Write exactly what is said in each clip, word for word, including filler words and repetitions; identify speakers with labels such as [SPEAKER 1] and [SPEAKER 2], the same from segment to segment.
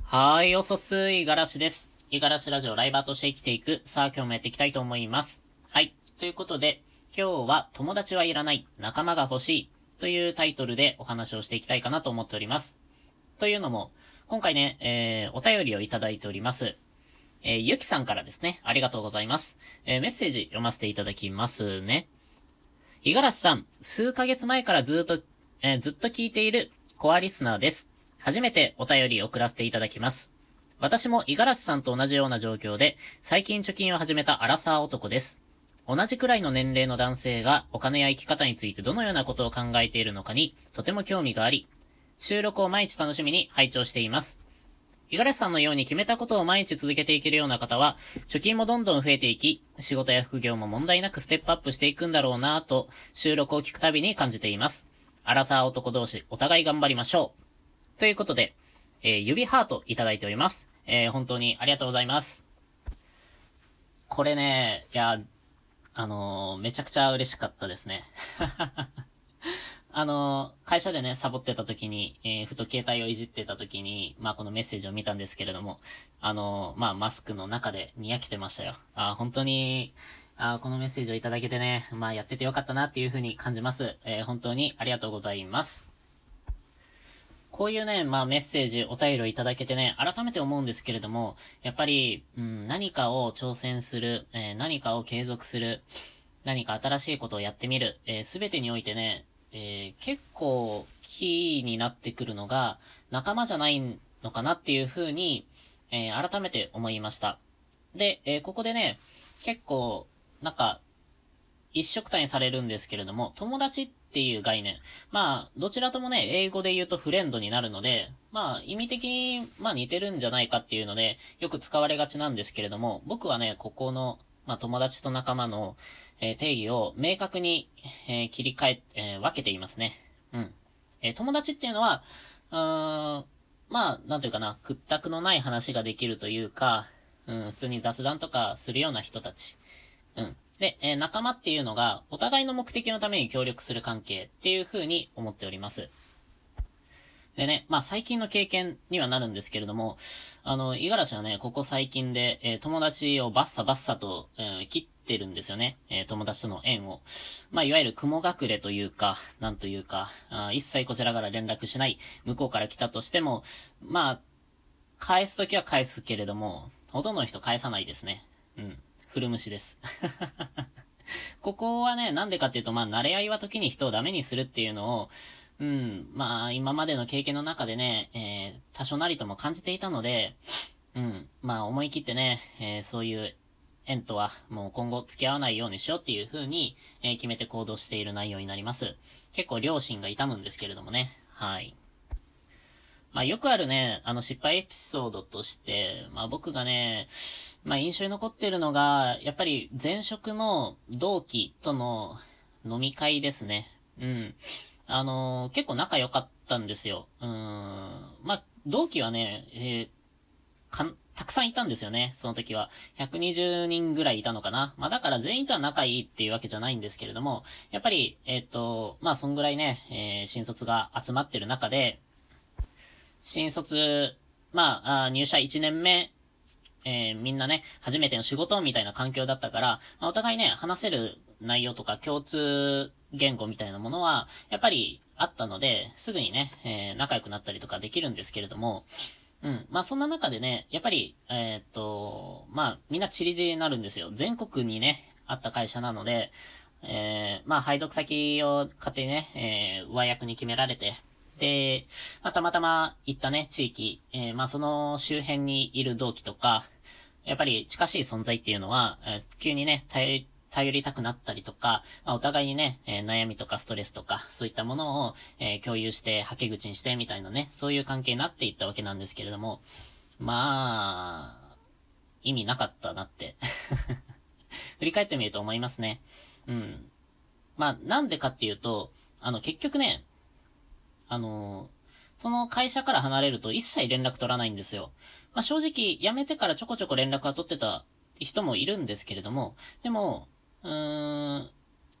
[SPEAKER 1] はーい、おそす、いがらしです。いがらしラジオライバーとして生きていく。さあ、今日もやっていきたいと思います。はい。ということで、今日は友達はいらない、仲間が欲しいというタイトルでお話をしていきたいかなと思っております。というのも、今回ね、えー、お便りをいただいております。えー、ゆきさんからですね。ありがとうございます。えー、メッセージ読ませていただきますね。いがらしさん、数ヶ月前からずっと、えー、ずっと聞いているコアリスナーです。初めてお便り送らせていただきます。私も五十嵐さんと同じような状況で、最近貯金を始めたアラサー男です。同じくらいの年齢の男性がお金や生き方についてどのようなことを考えているのかにとても興味があり、収録を毎日楽しみに拝聴しています。五十嵐さんのように決めたことを毎日続けていけるような方は、貯金もどんどん増えていき、仕事や副業も問題なくステップアップしていくんだろうなぁと、収録を聞くたびに感じています。アラサー男同士、お互い頑張りましょう。ということで、えー、指ハートいただいております。えー、本当にありがとうございます。これね、いや、あのー、めちゃくちゃ嬉しかったですね。あのー、会社でね、サボってた時に、えー、ふと携帯をいじってた時に、まあ、このメッセージを見たんですけれども、あのー、まあ、マスクの中でにやけてましたよ。あ、本当に、あ、このメッセージをいただけてね、まあ、やっててよかったなっていう風に感じます。えー、本当にありがとうございます。こういうね、まあメッセージ、お便りをいただけてね、改めて思うんですけれども、やっぱり、うん、何かを挑戦する、えー、何かを継続する、何か新しいことをやってみる、す、えー、べ、てにおいてね、えー、結構キーになってくるのが、仲間じゃないのかなっていうふうに、えー、改めて思いました。で、えー、ここでね、結構、なんか、一緒くたにされるんですけれども、友達っていう概念。まあ、どちらともね、英語で言うとフレンドになるので、まあ、意味的に、まあ似てるんじゃないかっていうので、よく使われがちなんですけれども、僕はね、ここの、まあ友達と仲間の、えー、定義を明確に、えー、切り替え、えー、分けていますね。うん。えー、友達っていうのは、うーん、まあ、なんていうかな、屈託のない話ができるというか、うん、普通に雑談とかするような人たち。うん。で、えー、仲間っていうのが、お互いの目的のために協力する関係っていう風に思っております。でね、まあ最近の経験にはなるんですけれども、あの、五十嵐はね、ここ最近で、えー、友達をバッサバッサと、えー、切ってるんですよね。えー、友達との縁を。まあいわゆる雲隠れというか、なんというか、あ一切こちらから連絡しない、向こうから来たとしても、まあ、返すときは返すけれども、ほとんどの人返さないですね。うん。古虫です。ここはね、なんでかっていうと、まあ、慣れ合いは時に人をダメにするっていうのを、うん、まあ、今までの経験の中でね、えー、多少なりとも感じていたので、うん、まあ、思い切ってね、えー、そういう縁とは、もう今後付き合わないようにしようっていう風に、えー、決めて行動している内容になります。結構両親が痛むんですけれどもね、はい。まあよくあるね、あの失敗エピソードとして、まあ僕がね、まあ印象に残っているのが、やっぱり前職の同期との飲み会ですね。うん。あのー、結構仲良かったんですよ。うーん。まあ同期はね、えー、かん、たくさんいたんですよね、その時は。ひゃくにじゅうにんぐらいいたのかな。まあだから全員とは仲いいっていうわけじゃないんですけれども、やっぱり、えっと、まあそんぐらいね、えー、新卒が集まってる中で、新卒、まあ、あ入社いちねんめ、えー、みんなね、初めての仕事みたいな環境だったから、まあ、お互いね、話せる内容とか共通言語みたいなものは、やっぱりあったので、すぐにね、えー、仲良くなったりとかできるんですけれども、うん。まあ、そんな中でね、やっぱり、えー、っと、まあ、みんなチリチリになるんですよ。全国にね、あった会社なので、えー、まあ、配属先を勝手にね、えー、上役に決められて、で、まあ、たまたま行ったね、地域、えー、まあ、その周辺にいる同期とか、やっぱり近しい存在っていうのは、えー、急にね、頼頼りたくなったりとか、まあ、お互いにね、えー、悩みとかストレスとか、そういったものを、えー、共有して、はけ口にしてみたいなね、そういう関係になっていったわけなんですけれども、まあ、意味なかったなって。振り返ってみると思いますね。うん。まあ、なんでかっていうと、あの、結局ね、あのー、その会社から離れると一切連絡取らないんですよ。まあ、正直、辞めてからちょこちょこ連絡は取ってた人もいるんですけれども、でも、うーん、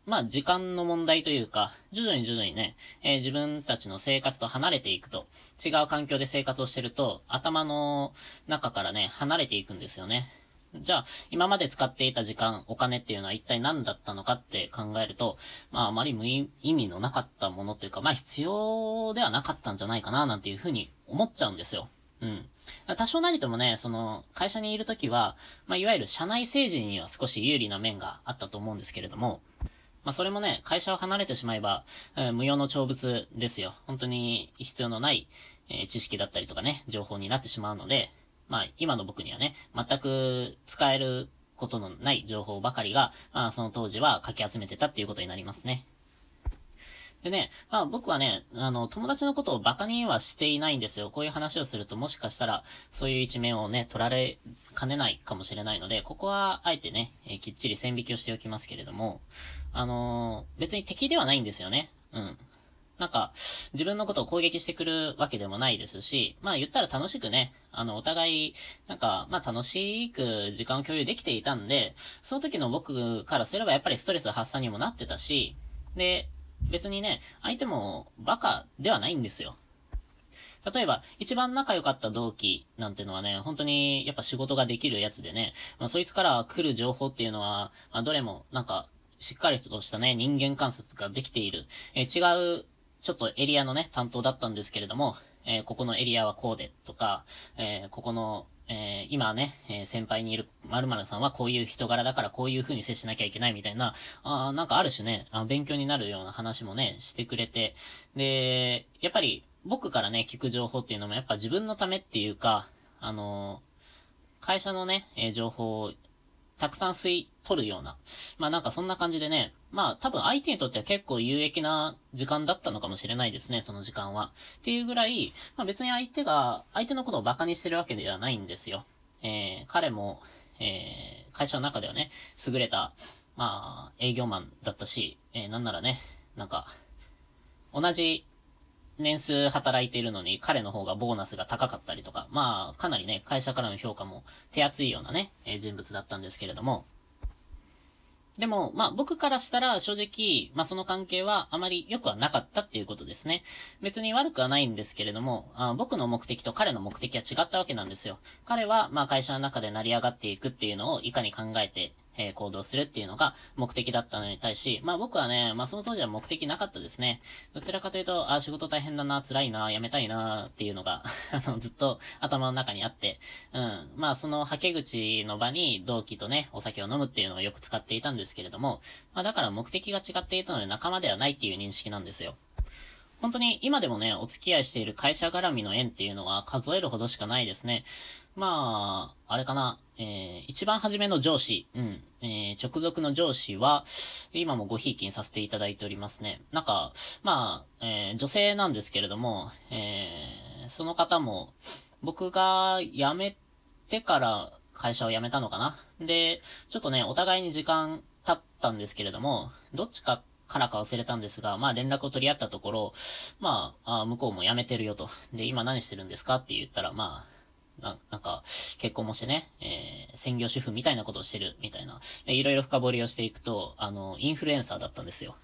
[SPEAKER 1] まあ時間の問題というか、徐々に徐々にね、えー自分たちの生活と離れていくと、違う環境で生活をしてると、頭の中からね、離れていくんですよね。じゃあ、今まで使っていた時間、お金っていうのは一体何だったのかって考えると、まああまり無意味のなかったものっていうか、まあ必要ではなかったんじゃないかな、なんていうふうに思っちゃうんですよ。うん。多少なりともね、その、会社にいるときは、まあいわゆる社内政治には少し有利な面があったと思うんですけれども、まあそれもね、会社を離れてしまえば、えー無用の長物ですよ。本当に必要のない、えー知識だったりとかね、情報になってしまうので、まあ今の僕にはね、全く使えることのない情報ばかりが、まあその当時はかき集めてたっていうことになりますね。でね、まあ僕はね、あの、友達のことをバカにはしていないんですよ。こういう話をするともしかしたら、そういう一面をね、取られかねないかもしれないので、ここはあえてね、えーきっちり線引きをしておきますけれども、あのー別に敵ではないんですよね。うん。なんか、自分のことを攻撃してくるわけでもないですし、まあ言ったら楽しくね、あの、お互い、なんか、まあ楽しく時間を共有できていたんで、その時の僕からすればやっぱりストレス発散にもなってたし、で、別にね、相手もバカではないんですよ。例えば、一番仲良かった同期なんてのはね、本当にやっぱ仕事ができるやつでね、まあ、そいつから来る情報っていうのは、まあ、どれもなんか、しっかりとしたね、人間観察ができている、えー違う、ちょっとエリアのね、担当だったんですけれども、えーここのエリアはこうで、とか、えーここの、えー今ね、えー先輩にいる〇〇さんはこういう人柄だからこういう風に接しなきゃいけないみたいな、あーなんかある種ね、あ勉強になるような話もね、してくれて、で、やっぱり僕からね、聞く情報っていうのもやっぱ自分のためっていうか、あのー会社のね、えー情報をたくさん吸い取るような。まあなんかそんな感じでね、まあ多分相手にとっては結構有益な時間だったのかもしれないですね、その時間は。っていうぐらい、まあ別に相手が、相手のことをバカにしてるわけではないんですよ。えー、彼も、えー、会社の中ではね、優れた、まあ、営業マンだったし、えー、なんならね、なんか、同じ年数働いているのに彼の方がボーナスが高かったりとか、まあ、かなりね、会社からの評価も手厚いようなね、えー人物だったんですけれども、でも、まあ僕からしたら正直、まあその関係はあまり良くはなかったっていうことですね。別に悪くはないんですけれども、あ僕の目的と彼の目的は違ったわけなんですよ。彼は、まあ会社の中で成り上がっていくっていうのをいかに考えて、えー行動するっていうのが目的だったのに対し、まあ僕はね、まあその当時は目的なかったですね。どちらかというと、あ、仕事大変だな、辛いな、辞めたいな、っていうのがあの、ずっと頭の中にあって、うん。まあそのはけ口の場に同期とね、お酒を飲むっていうのをよく使っていたんですけれども、まあだから目的が違っていたので仲間ではないっていう認識なんですよ。本当に今でもね、お付き合いしている会社絡みの縁っていうのは数えるほどしかないですね。まあ、あれかな、えー、一番初めの上司、うん、えー、直属の上司は、今もごひいきにさせていただいておりますね。なんか、まあ、えー、女性なんですけれども、えー、その方も、僕が辞めてから会社を辞めたのかな。で、ちょっとね、お互いに時間経ったんですけれども、どっちかからか忘れたんですが、まあ連絡を取り合ったところ、まあ、あ向こうも辞めてるよと。で、今何してるんですかって言ったら、まあ、ななんか、結婚もしてね、えー、専業主婦みたいなことをしてる、みたいな。で、いろいろ深掘りをしていくと、あの、インフルエンサーだったんですよ。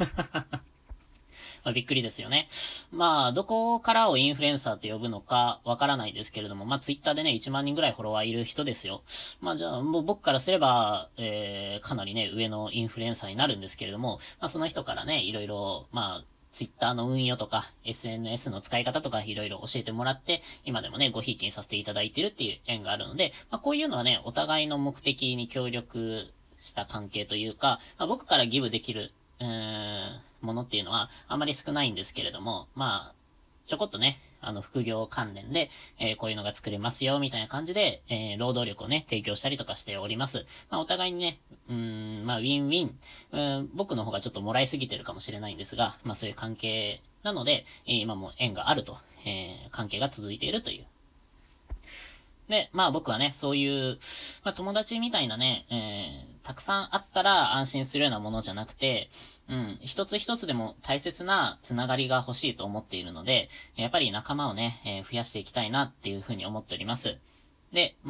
[SPEAKER 1] まあ、びっくりですよね。まあ、どこからをインフルエンサーと呼ぶのかわからないですけれども、まあ、ツイッターでね、いちまんにんぐらいフォロワーいる人ですよ。まあ、じゃあ、もう僕からすれば、えー、かなりね、上のインフルエンサーになるんですけれども、まあ、その人からね、いろいろ、まあ、ツイッターの運用とか、エスエヌエス の使い方とかいろいろ教えてもらって、今でもね、ごひいきにさせていただいてるっていう縁があるので、まあこういうのはね、お互いの目的に協力した関係というか、まあ僕からギブできる、うーん、ものっていうのはあまり少ないんですけれども、まあ、ちょこっとね、あの、副業関連で、えー、こういうのが作れますよ、みたいな感じで、えー、労働力をね、提供したりとかしております。まあ、お互いにね、うーん、まあ、ウィンウィン、うーん、僕の方がちょっともらいすぎてるかもしれないんですが、まあ、そういう関係なので、えー、今も縁があると、えー、関係が続いているという。で、まあ僕はね、そういう、まあ友達みたいなね、えー、たくさんあったら安心するようなものじゃなくて、うん、一つ一つでも大切なつながりが欲しいと思っているので、やっぱり仲間をね、えー増やしていきたいなっていうふうに思っております。で、まあ、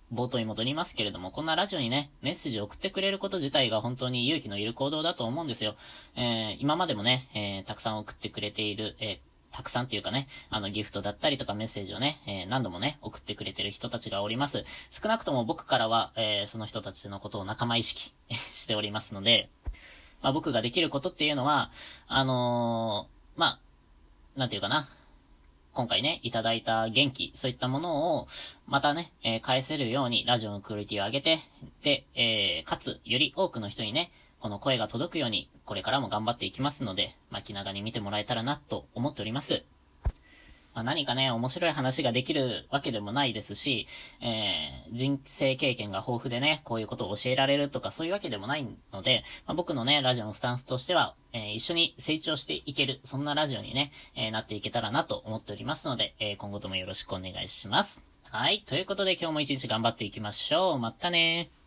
[SPEAKER 1] 冒頭に戻りますけれども、こんなラジオにね、メッセージを送ってくれること自体が本当に勇気のいる行動だと思うんですよ。えー、今までもね、えー、たくさん送ってくれている、えーたくさんっていうかね、あのギフトだったりとかメッセージをね、えー、何度もね、送ってくれてる人たちがおります。少なくとも僕からは、えー、その人たちのことを仲間意識しておりますので、まあ僕ができることっていうのは、あのー、まあ、なんていうかな、今回ね、いただいた元気、そういったものを、またね、えー、返せるように、ラジオのクオリティを上げて、で、えー、かつ、より多くの人にね、この声が届くように、これからも頑張っていきますので、まあ、気長に見てもらえたらな、と思っております。まあ、何かね、面白い話ができるわけでもないですし、えー、人生経験が豊富でね、こういうことを教えられるとかそういうわけでもないので、まあ、僕のね、ラジオのスタンスとしては、えー、一緒に成長していける、そんなラジオにね、えー、なっていけたらなと思っておりますので、えー、今後ともよろしくお願いします。はい。ということで今日も一日頑張っていきましょう。またねー。